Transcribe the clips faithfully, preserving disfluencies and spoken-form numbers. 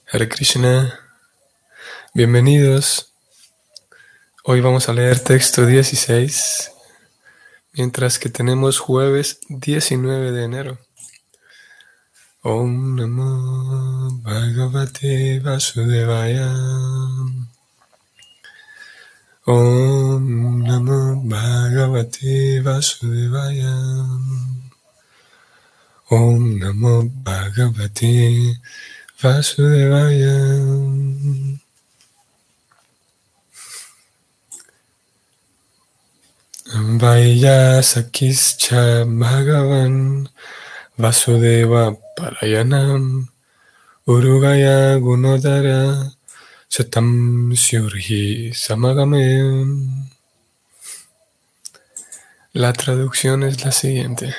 Hare Krishna, bienvenidos. Hoy vamos a leer texto dieciséis, mientras que tenemos jueves diecinueve de enero. Om Namo Bhagavate Vasudevaya. Om Namo Bhagavate Vasudevaya. Om Namo Bhagavate Vasudevaya. Vaiyasakischa Bhagavan Vasudeva Parayanam Urugaya Gunodara Satam Syurhi Samagame. La traducción es la siguiente.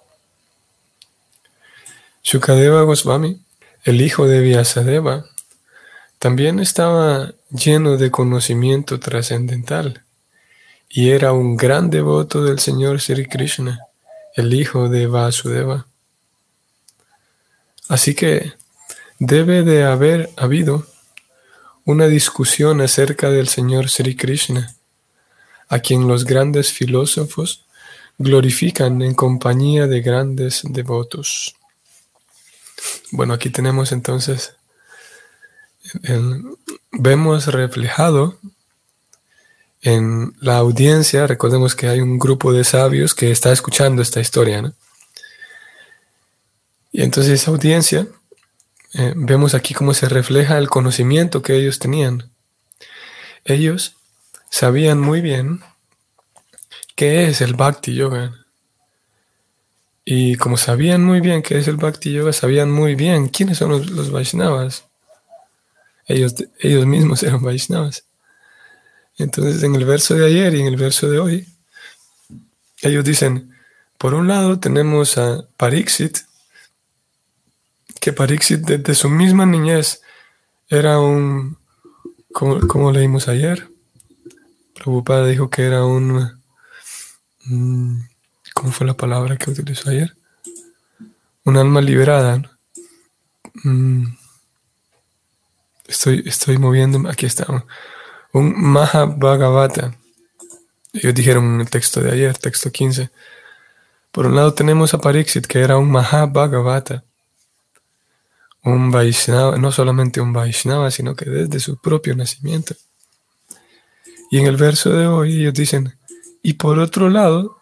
Shukadeva Goswami, el hijo de Vyasadeva, también estaba lleno de conocimiento trascendental y era un gran devoto del Señor Sri Krishna, el hijo de Vasudeva. Así que debe de haber habido una discusión acerca del Señor Sri Krishna, a quien los grandes filósofos glorifican en compañía de grandes devotos. Bueno, aquí tenemos entonces, el, vemos reflejado en la audiencia. Recordemos que hay un grupo de sabios que está escuchando esta historia, ¿no? Y entonces esa audiencia, eh, vemos aquí cómo se refleja el conocimiento que ellos tenían. Ellos sabían muy bien qué es el Bhakti Yoga. Y como sabían muy bien qué es el Bhakti Yoga, sabían muy bien quiénes son los, los Vaishnavas. Ellos, ellos mismos eran Vaishnavas. Entonces, en el verso de ayer y en el verso de hoy, ellos dicen, por un lado tenemos a Pariksit, que Pariksit desde su misma niñez era un, como, como leímos ayer, Prabhupada dijo que era un, um, ¿cómo fue la palabra que utilizó ayer? Un alma liberada, ¿no? Um, estoy, estoy moviéndome, aquí está, un Mahabhagavata. Ellos dijeron en el texto de ayer, texto quince. Por un lado tenemos a Pariksit, que era un Mahabhagavata, un Vaishnava, no solamente un Vaishnava, sino que desde su propio nacimiento. Y en el verso de hoy ellos dicen, y por otro lado,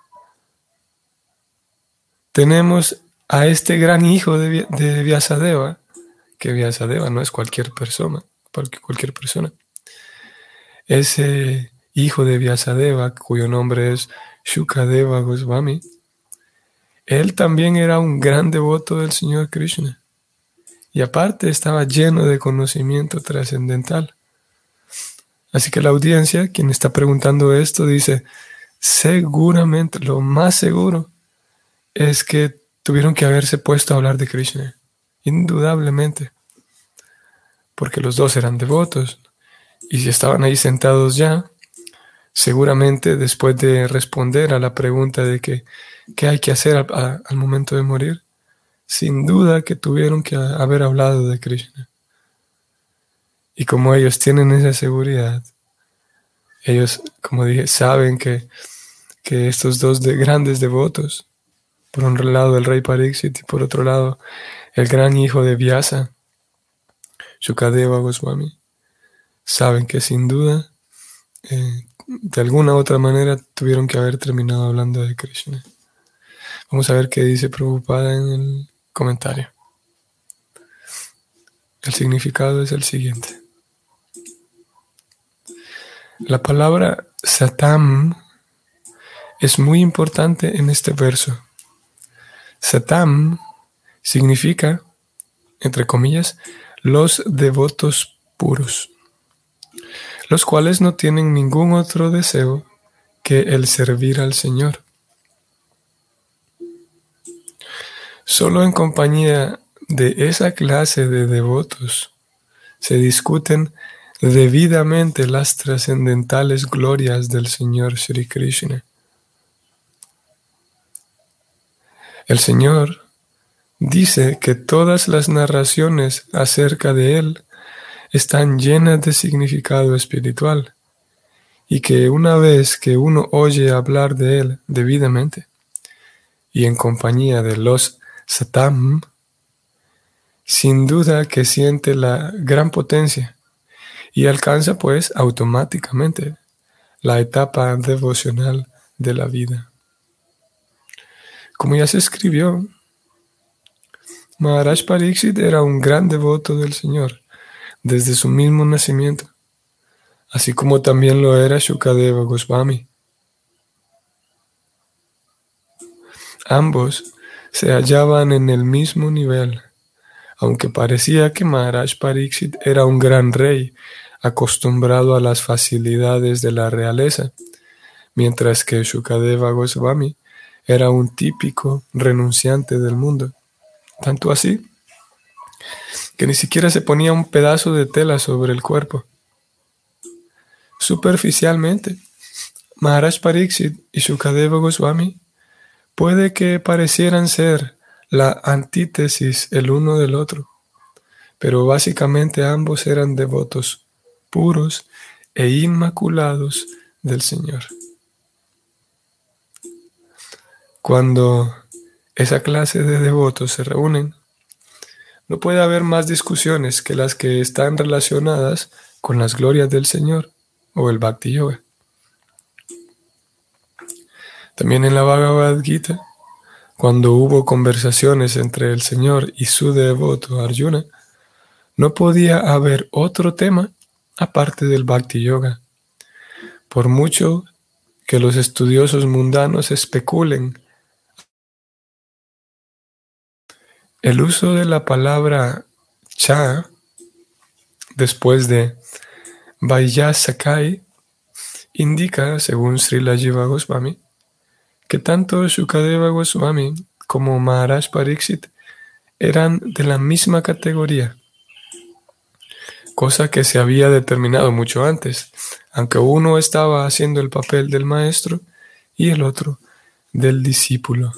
tenemos a este gran hijo de, de Vyasadeva, que Vyasadeva no es cualquier persona, cualquier persona. Ese hijo de Vyasadeva, cuyo nombre es Shukadeva Goswami, él también era un gran devoto del Señor Krishna. Y aparte estaba lleno de conocimiento trascendental. Así que la audiencia, quien está preguntando esto, dice, seguramente, lo más seguro, es que tuvieron que haberse puesto a hablar de Krishna. Indudablemente. Porque los dos eran devotos. Y si estaban ahí sentados ya, seguramente después de responder a la pregunta de que, qué hay que hacer a, a, al momento de morir, sin duda que tuvieron que haber hablado de Krishna. Y como ellos tienen esa seguridad, ellos, como dije, saben que, que estos dos de grandes devotos, por un lado el rey Pariksit y por otro lado el gran hijo de Vyasa, Shukadeva Goswami, saben que sin duda, eh, de alguna u otra manera, tuvieron que haber terminado hablando de Krishna. Vamos a ver qué dice Prabhupada en el comentario. El significado es el siguiente. La palabra satam es muy importante en este verso. Satam significa, entre comillas, los devotos puros, los cuales no tienen ningún otro deseo que el servir al Señor. Solo en compañía de esa clase de devotos se discuten debidamente las trascendentales glorias del Señor Sri Krishna. El Señor dice que todas las narraciones acerca de Él están llenas de significado espiritual y que una vez que uno oye hablar de él debidamente y en compañía de los satam, sin duda que siente la gran potencia y alcanza pues automáticamente la etapa devocional de la vida. Como ya se escribió, Maharaj Pariksit era un gran devoto del Señor desde su mismo nacimiento, así como también lo era Shukadeva Goswami. Ambos se hallaban en el mismo nivel, aunque parecía que Maharaj Pariksit era un gran rey acostumbrado a las facilidades de la realeza, mientras que Shukadeva Goswami era un típico renunciante del mundo. Tanto así que ni siquiera se ponía un pedazo de tela sobre el cuerpo. Superficialmente, Maharaj Pariksit y Shukadeva Goswami puede que parecieran ser la antítesis el uno del otro, pero básicamente ambos eran devotos puros e inmaculados del Señor. Cuando esa clase de devotos se reúnen, no puede haber más discusiones que las que están relacionadas con las glorias del Señor o el Bhakti Yoga. También en la Bhagavad Gita, cuando hubo conversaciones entre el Señor y su devoto Arjuna, no podía haber otro tema aparte del Bhakti Yoga. Por mucho que los estudiosos mundanos especulen, el uso de la palabra cha después de Vaiyasakai indica, según Srila Jiva Goswami, que tanto Shukadeva Goswami como Maharaj Pariksit eran de la misma categoría, cosa que se había determinado mucho antes, aunque uno estaba haciendo el papel del maestro y el otro del discípulo.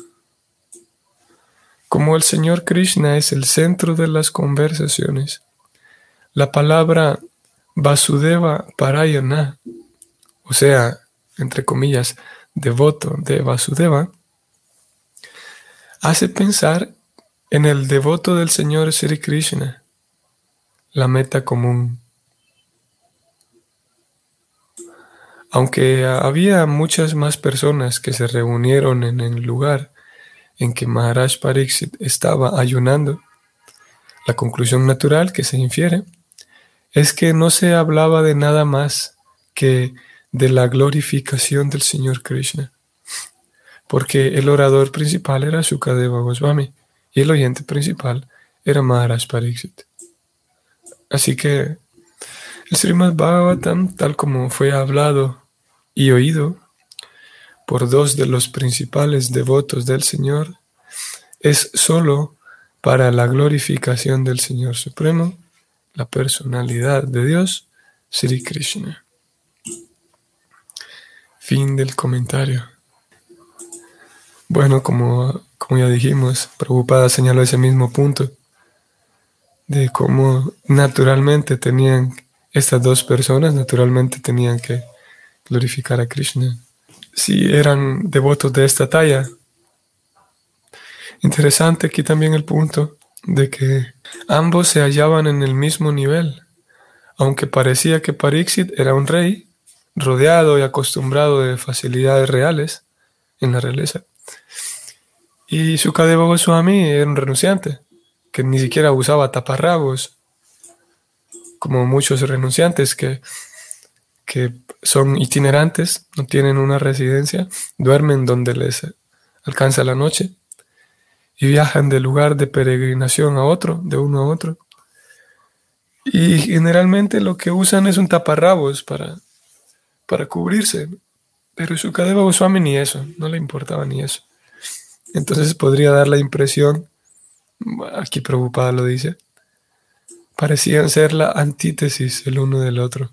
Como el Señor Krishna es el centro de las conversaciones, la palabra Vasudeva Parayana, o sea, entre comillas, devoto de Vasudeva, hace pensar en el devoto del Señor Sri Krishna, la meta común. Aunque había muchas más personas que se reunieron en el lugar en que Maharaj Pariksit estaba ayunando, la conclusión natural que se infiere es que no se hablaba de nada más que de la glorificación del Señor Krishna, porque el orador principal era Shukadeva Goswami y el oyente principal era Maharaj Pariksit. Así que el Srimad Bhagavatam, tal como fue hablado y oído por dos de los principales devotos del Señor, es solo para la glorificación del Señor Supremo, la personalidad de Dios, Sri Krishna. Fin del comentario. Bueno, como, como ya dijimos, Prabhupada señaló ese mismo punto de cómo naturalmente tenían, estas dos personas naturalmente tenían que glorificar a Krishna. Si eran devotos de esta talla. Interesante aquí también el punto de que ambos se hallaban en el mismo nivel, aunque parecía que Pariksit era un rey, rodeado y acostumbrado de facilidades reales en la realeza. Y Shukadeva Goswami era un renunciante, que ni siquiera usaba taparrabos, como muchos renunciantes que, que son itinerantes, no tienen una residencia, duermen donde les alcanza la noche y viajan de lugar de peregrinación a otro, de uno a otro. Y generalmente lo que usan es un taparrabos para, para cubrirse. Pero Shukadeva Goswami ni eso, no le importaba ni eso. Entonces podría dar la impresión, aquí Prabhupada lo dice, parecían ser la antítesis el uno del otro.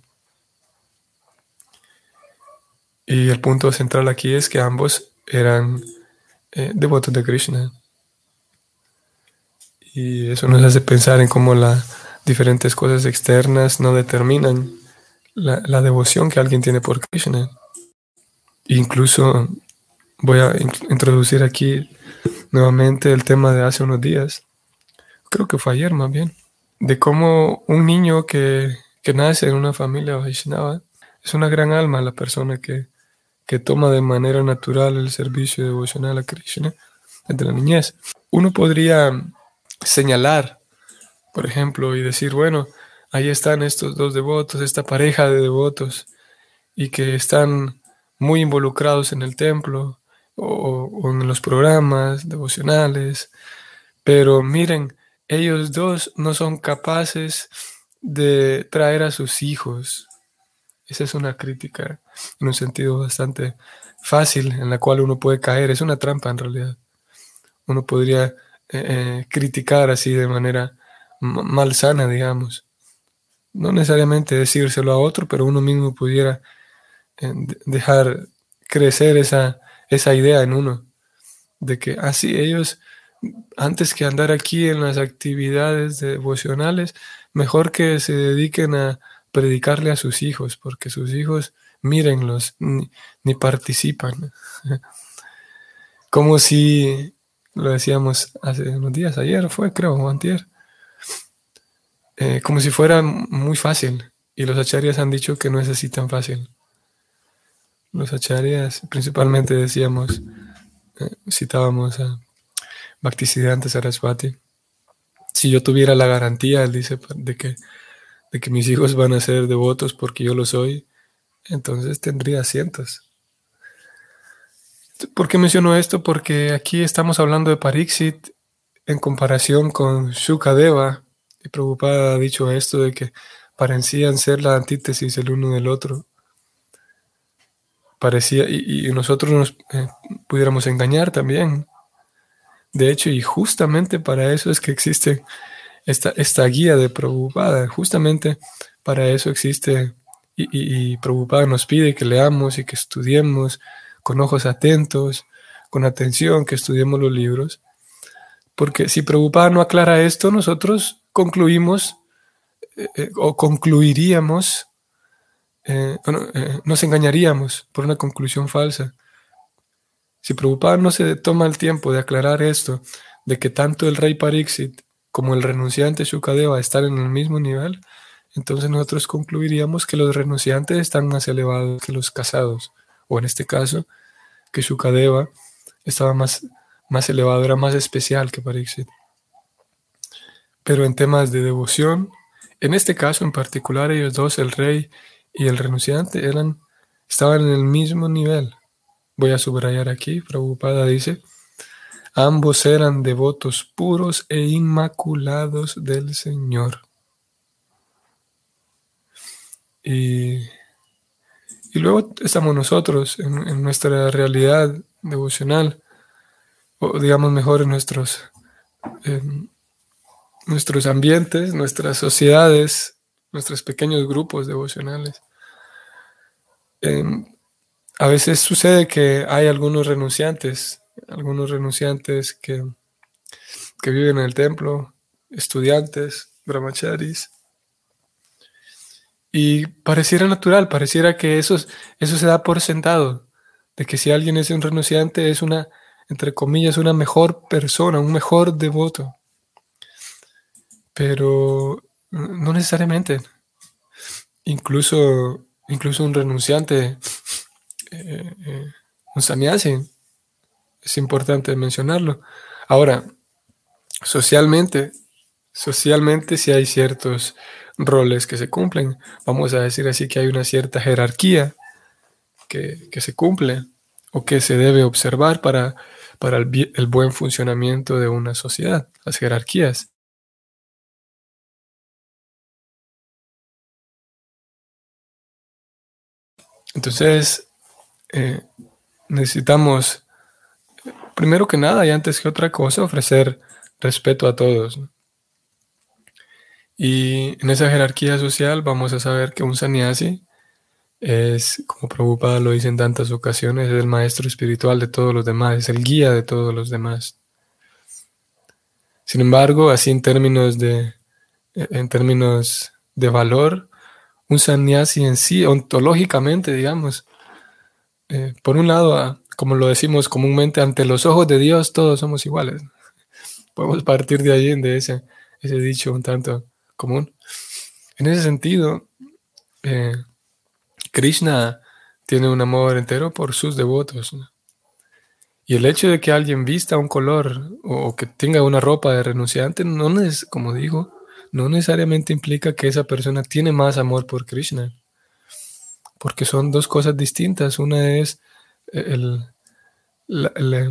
Y el punto central aquí es que ambos eran eh, devotos de Krishna. Y eso nos hace pensar en cómo la diferentes cosas externas no determinan la, la devoción que alguien tiene por Krishna. Incluso voy a in- introducir aquí nuevamente el tema de hace unos días, creo que fue ayer más bien, de cómo un niño que, que nace en una familia Vaishnava es una gran alma, la persona que, que toma de manera natural el servicio devocional a Krishna desde la niñez. Uno podría señalar, por ejemplo, y decir, bueno, ahí están estos dos devotos, esta pareja de devotos, y que están muy involucrados en el templo o, o en los programas devocionales, pero miren, ellos dos no son capaces de traer a sus hijos. Esa es una crítica en un sentido bastante fácil en la cual uno puede caer. Es una trampa en realidad. Uno podría eh, eh, criticar así de manera m- malsana, digamos. No necesariamente decírselo a otro, pero uno mismo pudiera eh, de- dejar crecer esa, esa idea en uno, de que así ellos, antes que andar aquí en las actividades devocionales, mejor que se dediquen a predicarle a sus hijos, porque sus hijos, mírenlos, ni, ni participan. Como si, lo decíamos hace unos días, ayer fue, creo, o antier, eh, como si fuera muy fácil. Y los acharyas han dicho que no es así tan fácil. Los acharyas, principalmente decíamos, eh, citábamos a Bhaktisiddhanta Saraswati. Si yo tuviera la garantía, él dice, de que, de que mis hijos van a ser devotos porque yo lo soy, entonces tendría cientos. ¿Por qué menciono esto? Porque aquí estamos hablando de Pariksit en comparación con Shukadeva. Y Prabhupada ha dicho esto de que parecían ser la antítesis el uno del otro. Parecía, y, y nosotros nos eh, pudiéramos engañar también. De hecho, y justamente para eso es que existe esta, esta guía de Prabhupada. Justamente para eso existe, y, y, y Prabhupada nos pide que leamos y que estudiemos con ojos atentos, con atención, que estudiemos los libros. Porque si Prabhupada no aclara esto, nosotros concluimos eh, eh, o concluiríamos, eh, bueno, eh, nos engañaríamos por una conclusión falsa. Si Prabhupada no se toma el tiempo de aclarar esto, de que tanto el rey Pariksit como el renunciante Shukadeva están en el mismo nivel, entonces nosotros concluiríamos que los renunciantes están más elevados que los casados, o en este caso, que Shukadeva estaba más, más elevado, era más especial que Pariksit. Pero en temas de devoción, en este caso en particular, ellos dos, el rey y el renunciante, eran, estaban en el mismo nivel. Voy a subrayar aquí, Prabhupada dice, ambos eran devotos puros e inmaculados del Señor. Y, y luego estamos nosotros en, en nuestra realidad devocional, o digamos mejor en nuestros, en nuestros ambientes, nuestras sociedades, nuestros pequeños grupos devocionales. Em, a veces sucede que hay algunos renunciantes, algunos renunciantes que, que viven en el templo, estudiantes, brahmacharis, y pareciera natural, pareciera que eso, es- eso se da por sentado, de que si alguien es un renunciante es una, entre comillas, una mejor persona, un mejor devoto, pero no necesariamente. Incluso, incluso un renunciante, eh, eh, un sannyasi, es importante mencionarlo. Ahora, socialmente, socialmente sí hay ciertos roles que se cumplen. Vamos a decir así que hay una cierta jerarquía que, que se cumple o que se debe observar para, para el, bi- el buen funcionamiento de una sociedad, las jerarquías. Entonces, eh, necesitamos, primero que nada y antes que otra cosa, ofrecer respeto a todos, ¿no? Y en esa jerarquía social vamos a saber que un sannyasi es, como Prabhupada lo dice en tantas ocasiones, es el maestro espiritual de todos los demás, es el guía de todos los demás. Sin embargo, así en términos de, en términos de valor, un sannyasi en sí, ontológicamente, digamos, eh, por un lado, a, como lo decimos comúnmente, ante los ojos de Dios todos somos iguales. Podemos partir de allí, de ese, ese dicho un tanto común. En ese sentido, eh, Krishna tiene un amor entero por sus devotos, ¿no? Y el hecho de que alguien vista un color o que tenga una ropa de renunciante, no es, como digo, no necesariamente implica que esa persona tiene más amor por Krishna, porque son dos cosas distintas. Una es el, la, la,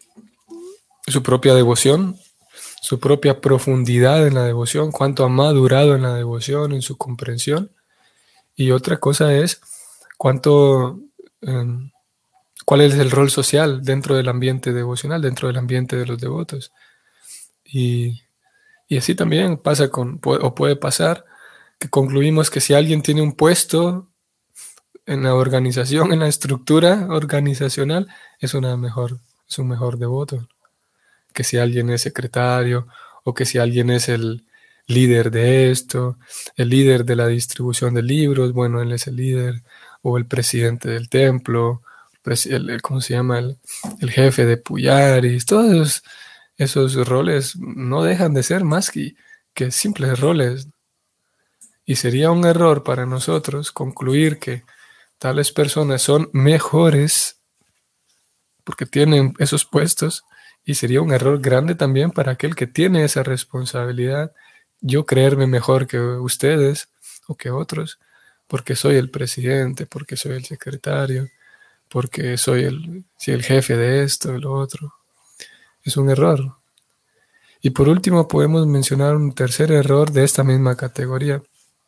su propia devoción, su propia profundidad en la devoción, cuánto ha madurado en la devoción, en su comprensión, y otra cosa es cuánto... Um, cuál es el rol social dentro del ambiente devocional, dentro del ambiente de los devotos. Y, y así también pasa con, o puede pasar, que concluimos que si alguien tiene un puesto en la organización, en la estructura organizacional, es, una mejor, es un mejor devoto. Que si alguien es secretario, o que si alguien es el líder de esto, el líder de la distribución de libros, bueno, él es el líder, o el presidente del templo, El, el, ¿cómo se llama? El, el jefe de Puyaris, todos esos, esos roles no dejan de ser más que, que simples roles. Y sería un error para nosotros concluir que tales personas son mejores porque tienen esos puestos, y sería un error grande también para aquel que tiene esa responsabilidad, yo creerme mejor que ustedes o que otros, porque soy el presidente, porque soy el secretario, porque soy el, sí, el jefe de esto, de lo otro. Es un error. Y por último podemos mencionar un tercer error de esta misma categoría.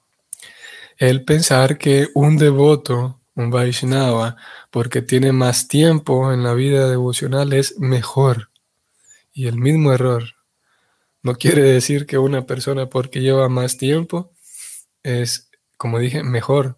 El pensar que un devoto, un Vaishnava, porque tiene más tiempo en la vida devocional es mejor. Y el mismo error. No quiere decir que una persona porque lleva más tiempo es, como dije, mejor.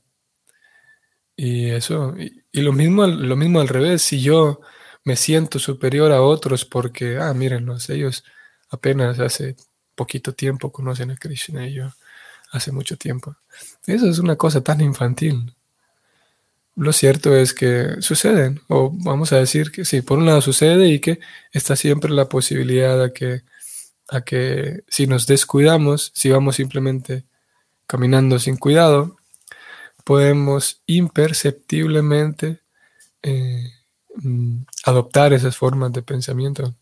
Y eso, y, y lo mismo, lo mismo al revés, si yo me siento superior a otros porque, ah, mírenlos, ellos apenas hace poquito tiempo conocen a Krishna y yo hace mucho tiempo. Eso es una cosa tan infantil. Lo cierto es que suceden, o vamos a decir que sí, por un lado sucede y que está siempre la posibilidad a que, a que si nos descuidamos, si vamos simplemente caminando sin cuidado, podemos imperceptiblemente eh, adoptar esas formas de pensamiento.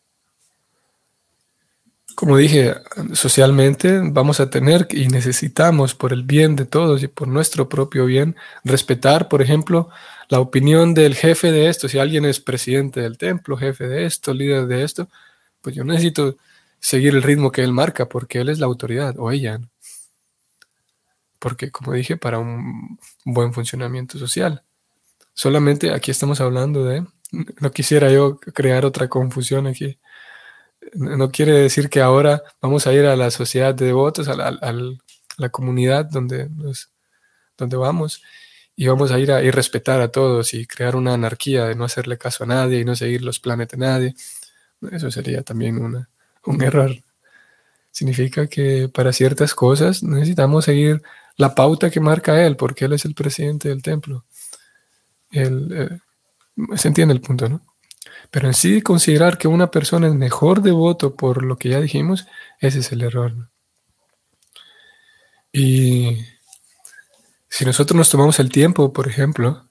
Como dije, socialmente vamos a tener y necesitamos, por el bien de todos y por nuestro propio bien, respetar, por ejemplo, la opinión del jefe de esto. Si alguien es presidente del templo, jefe de esto, líder de esto, pues yo necesito seguir el ritmo que él marca porque él es la autoridad o ella, ¿no? Porque, como dije, para un buen funcionamiento social. Solamente aquí estamos hablando de, no quisiera yo crear otra confusión aquí. No quiere decir que ahora vamos a ir a la sociedad de devotos, a la, a la comunidad donde, nos, donde vamos, y vamos a ir a ir respetar a todos y crear una anarquía de no hacerle caso a nadie y no seguir los planes de nadie. Eso sería también una, un error. Significa que para ciertas cosas necesitamos seguir la pauta que marca él, porque él es el presidente del templo. Él, eh, se entiende el punto, ¿no? Pero en sí considerar que una persona es mejor devoto por lo que ya dijimos, ese es el error, ¿no? Y si nosotros nos tomamos el tiempo, por ejemplo,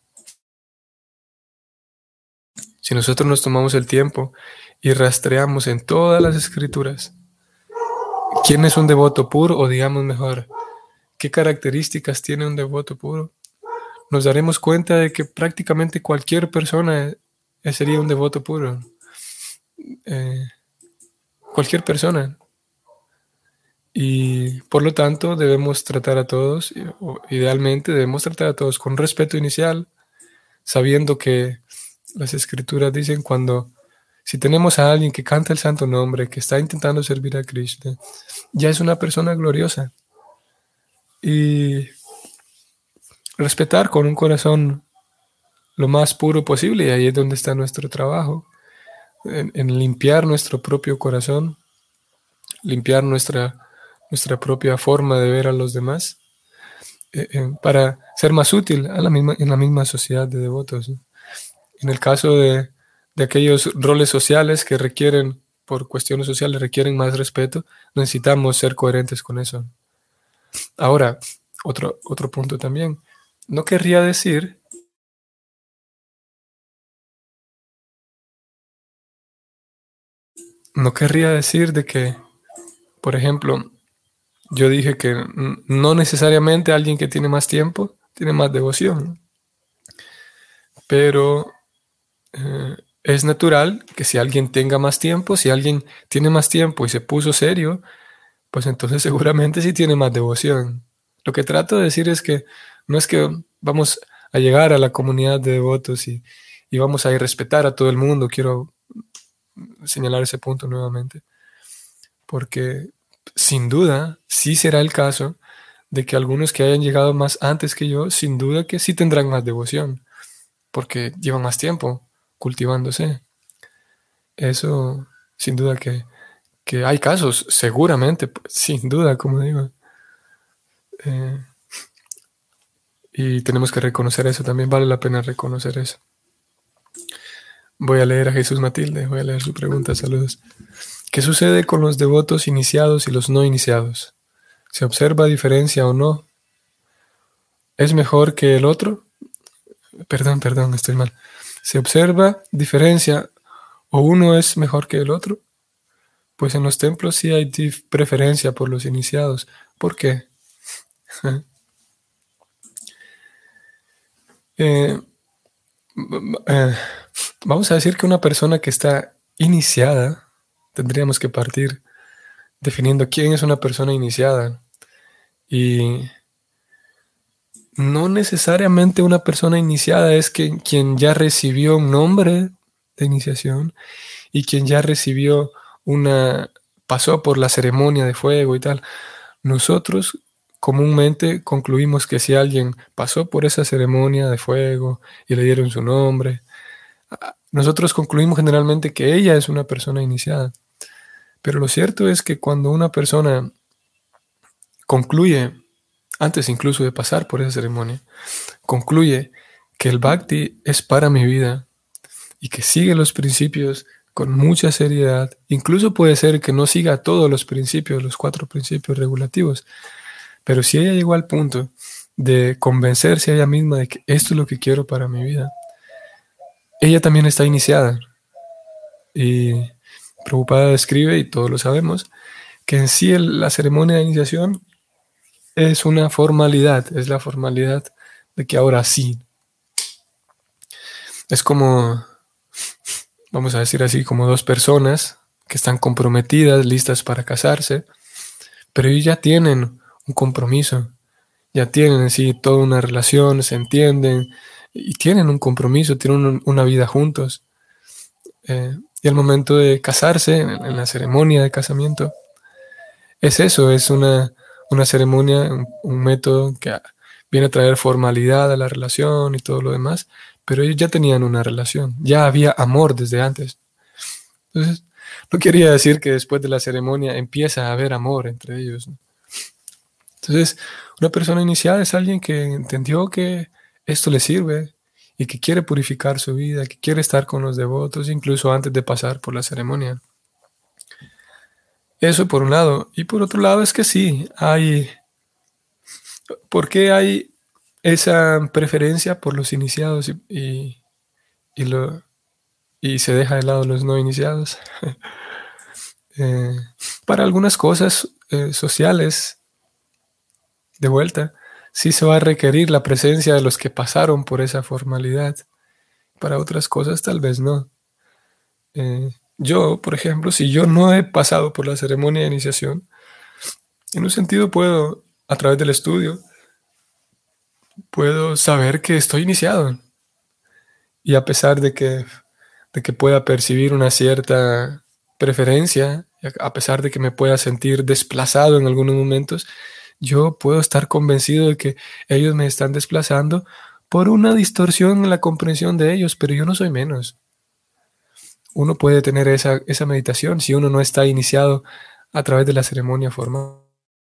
si nosotros nos tomamos el tiempo y rastreamos en todas las escrituras quién es un devoto puro, o digamos mejor, qué características tiene un devoto puro, nos daremos cuenta de que prácticamente cualquier persona sería un devoto puro. Eh, cualquier persona. Y por lo tanto debemos tratar a todos, o idealmente debemos tratar a todos con respeto inicial, sabiendo que las escrituras dicen cuando, si tenemos a alguien que canta el santo nombre, que está intentando servir a Krishna, ya es una persona gloriosa. Y respetar con un corazón lo más puro posible, y ahí es donde está nuestro trabajo, en, en limpiar nuestro propio corazón, limpiar nuestra nuestra propia forma de ver a los demás, eh, eh, para ser más útil a la misma, en la misma sociedad de devotos, ¿no? En el caso de, de aquellos roles sociales que requieren, por cuestiones sociales, requieren más respeto, necesitamos ser coherentes con eso. Ahora, otro, otro punto también. No querría decir no querría decir de que, por ejemplo, yo dije que n- no necesariamente alguien que tiene más tiempo tiene más devoción, pero eh, es natural que si alguien tenga más tiempo, si alguien tiene más tiempo y se puso serio, pues entonces seguramente sí tiene más devoción. Lo que trato de decir es que no es que vamos a llegar a la comunidad de devotos y, y vamos a ir a respetar a todo el mundo. Quiero señalar ese punto nuevamente, porque sin duda sí será el caso de que algunos que hayan llegado más antes que yo, sin duda que sí tendrán más devoción, porque llevan más tiempo cultivándose. Eso, sin duda que, que hay casos, seguramente, pues, sin duda, como digo. Eh, y tenemos que reconocer eso, también vale la pena reconocer eso. Voy a leer a Jesús Matilde, voy a leer su pregunta, saludos. ¿Qué sucede con los devotos iniciados y los no iniciados? ¿Se observa diferencia o no? ¿Es mejor que el otro? Perdón, perdón, estoy mal. ¿Se observa diferencia o uno es mejor que el otro? Pues en los templos sí hay dif- preferencia por los iniciados. ¿Por qué? Eh, eh, vamos a decir que una persona que está iniciada, tendríamos que partir definiendo quién es una persona iniciada. Y no necesariamente una persona iniciada es que, quien ya recibió un nombre de iniciación y quien ya recibió una, pasó por la ceremonia de fuego y tal. Nosotros comúnmente concluimos que si alguien pasó por esa ceremonia de fuego y le dieron su nombre, nosotros concluimos generalmente que ella es una persona iniciada. Pero lo cierto es que cuando una persona concluye, antes incluso de pasar por esa ceremonia, concluye que el bhakti es para mi vida y que sigue los principios con mucha seriedad, incluso puede ser que no siga todos los principios, los cuatro principios regulativos, pero si ella llegó al punto de convencerse a ella misma de que esto es lo que quiero para mi vida, ella también está iniciada. Y Prabhupada describe, y todos lo sabemos, que en sí el- la ceremonia de iniciación es una formalidad, es la formalidad de que ahora sí. Es como, vamos a decir así, como dos personas que están comprometidas, listas para casarse, pero ellos ya tienen un compromiso, ya tienen en sí toda una relación, se entienden y tienen un compromiso, tienen un- una vida juntos. Eh, y al momento de casarse, en, en la ceremonia de casamiento, es eso, es una, una ceremonia, un, un método que a- viene a traer formalidad a la relación y todo lo demás, pero ellos ya tenían una relación, ya había amor desde antes. Entonces, no quería decir que después de la ceremonia empieza a haber amor entre ellos, ¿no? Entonces, una persona iniciada es alguien que entendió que esto le sirve y que quiere purificar su vida, que quiere estar con los devotos, incluso antes de pasar por la ceremonia. Eso por un lado. Y por otro lado es que sí, hay... ¿Por qué hay esa preferencia por los iniciados y, y, y lo, y se deja de lado los no iniciados? Eh, para algunas cosas eh, sociales, de vuelta, sí se va a requerir la presencia de los que pasaron por esa formalidad. Para otras cosas tal vez no. Eh, yo, por ejemplo, si yo no he pasado por la ceremonia de iniciación, en un sentido puedo, a través del estudio, puedo saber que estoy iniciado. Y a pesar de que, de que pueda percibir una cierta preferencia, a pesar de que me pueda sentir desplazado en algunos momentos, yo puedo estar convencido de que ellos me están desplazando por una distorsión en la comprensión de ellos, pero yo no soy menos. Uno puede tener esa, esa meditación si uno no está iniciado a través de la ceremonia formal.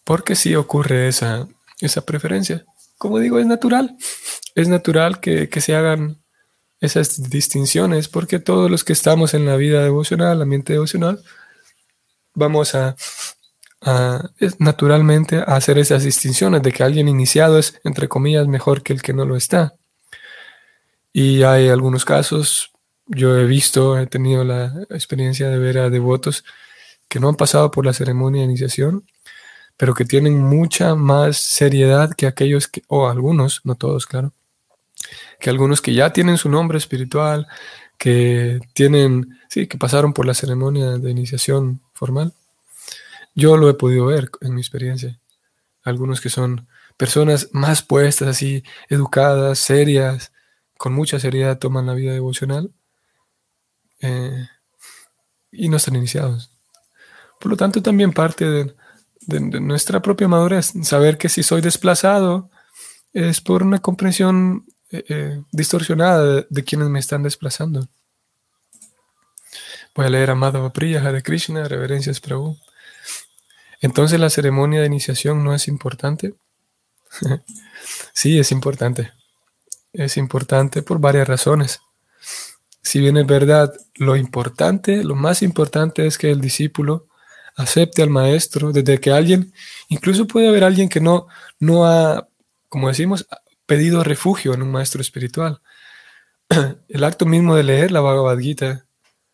Porque sí ocurre esa, esa preferencia. Como digo, es natural. Es natural que, que se hagan esas distinciones, porque todos los que estamos en la vida devocional, la mente devocional, vamos a, a es naturalmente a hacer esas distinciones de que alguien iniciado es, entre comillas, mejor que el que no lo está. Y hay algunos casos, yo he visto, he tenido la experiencia de ver a devotos que no han pasado por la ceremonia de iniciación, pero que tienen mucha más seriedad que aquellos que, o algunos, no todos, claro, que algunos que ya tienen su nombre espiritual, que tienen, sí, que pasaron por la ceremonia de iniciación formal. Yo lo he podido ver en mi experiencia. Algunos que son personas más puestas, así, educadas, serias, con mucha seriedad toman la vida devocional eh, y no están iniciados. Por lo tanto, también parte de, de, de nuestra propia madurez, saber que si soy desplazado es por una comprensión eh, eh, distorsionada de, de quienes me están desplazando. Voy a leer a Madhava Priya, Hare Krishna, reverencias Prabhu. Entonces, ¿la ceremonia de iniciación no es importante? Sí, es importante. Es importante por varias razones. Si bien es verdad, lo importante, lo más importante es que el discípulo acepte al maestro, desde que alguien, incluso puede haber alguien que no, no ha, como decimos, pedido refugio en un maestro espiritual. El acto mismo de leer la Bhagavad Gita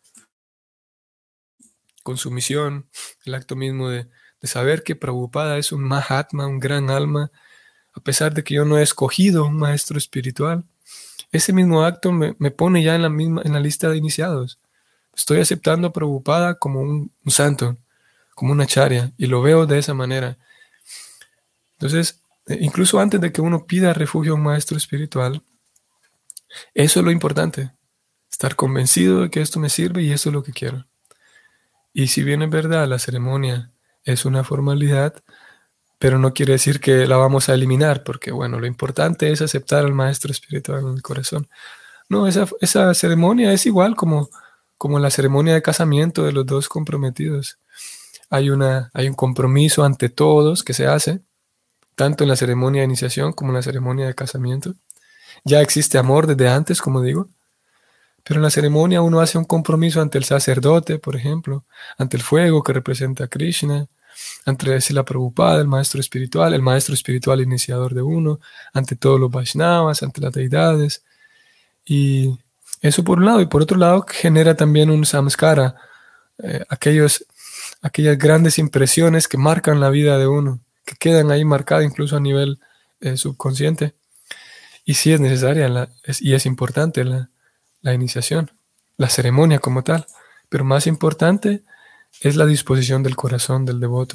con su misión, el acto mismo de, de saber que Prabhupada es un Mahatma, un gran alma, a pesar de que yo no he escogido un maestro espiritual, ese mismo acto me, me pone ya en la, misma, en la lista de iniciados. Estoy aceptando a Prabhupada como un, un santo, como una acharya, y lo veo de esa manera. Entonces, eh, incluso antes de que uno pida refugio a un maestro espiritual, eso es lo importante, estar convencido de que esto me sirve y eso es lo que quiero. Y si bien es verdad, la ceremonia es una formalidad, pero no quiere decir que la vamos a eliminar, porque bueno, lo importante es aceptar al maestro espiritual en el corazón. No, esa, esa ceremonia es igual como, como la ceremonia de casamiento de los dos comprometidos. Hay, una, hay un compromiso ante todos que se hace, tanto en la ceremonia de iniciación como en la ceremonia de casamiento. Ya existe amor desde antes, como digo, pero en la ceremonia uno hace un compromiso ante el sacerdote, por ejemplo, ante el fuego que representa a Krishna, ante Srila Prabhupada, el maestro espiritual, el maestro espiritual iniciador de uno, ante todos los Vaishnavas, ante las deidades. Y eso por un lado, y por otro lado genera también un samskara, eh, aquellos, aquellas grandes impresiones que marcan la vida de uno, que quedan ahí marcadas incluso a nivel eh, subconsciente. Y sí es necesaria la, es, y es importante la, la iniciación, la ceremonia como tal, pero más importante es la disposición del corazón del devoto.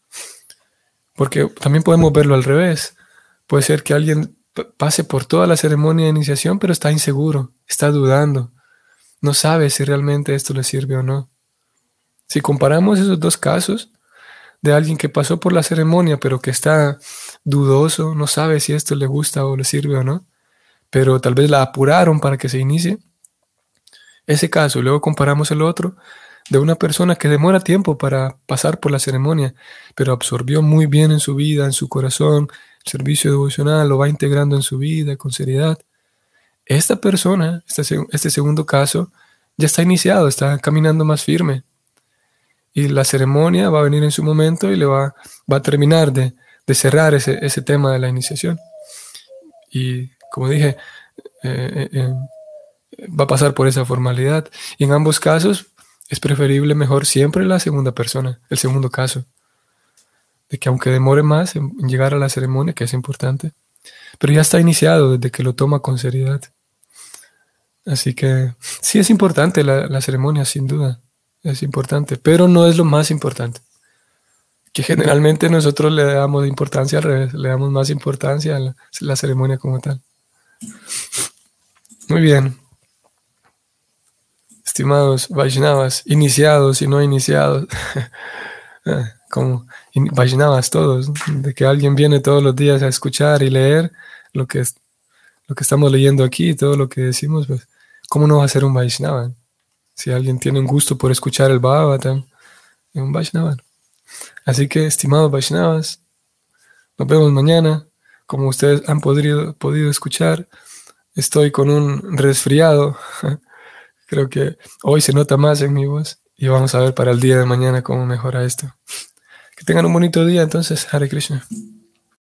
Porque también podemos verlo al revés. Puede ser que alguien pase por toda la ceremonia de iniciación, pero está inseguro, está dudando, no sabe si realmente esto le sirve o no. Si comparamos esos dos casos, de alguien que pasó por la ceremonia, pero que está dudoso, no sabe si esto le gusta o le sirve o no, pero tal vez la apuraron para que se inicie, ese caso, y luego comparamos el otro, de una persona que demora tiempo para pasar por la ceremonia, pero absorbió muy bien en su vida, en su corazón, el servicio devocional, lo va integrando en su vida con seriedad. Esta persona, este, este segundo caso, ya está iniciado, está caminando más firme. Y la ceremonia va a venir en su momento y le va, va a terminar de, de cerrar ese, ese tema de la iniciación. Y como dije, eh, eh, va a pasar por esa formalidad. Y en ambos casos es preferible mejor siempre la segunda persona, el segundo caso. De que aunque demore más en llegar a la ceremonia, que es importante, pero ya está iniciado desde que lo toma con seriedad. Así que sí es importante la, la ceremonia, sin duda. Es importante, pero no es lo más importante. Que generalmente nosotros le damos importancia al revés, le damos más importancia a la, la ceremonia como tal. Muy bien. Estimados Vaishnavas, iniciados y no iniciados, como Vaishnavas todos, de que alguien viene todos los días a escuchar y leer lo que, es, lo que estamos leyendo aquí, todo lo que decimos, pues, ¿cómo no va a ser un Vaishnava? Si alguien tiene un gusto por escuchar el Bhagavatam, es un Vaishnava. Así que, estimados Vaishnavas, nos vemos mañana. Como ustedes han podido, podido escuchar, estoy con un resfriado. Creo que hoy se nota más en mi voz. Y vamos a ver para el día de mañana cómo mejora esto. Que tengan un bonito día entonces. Hare Krishna.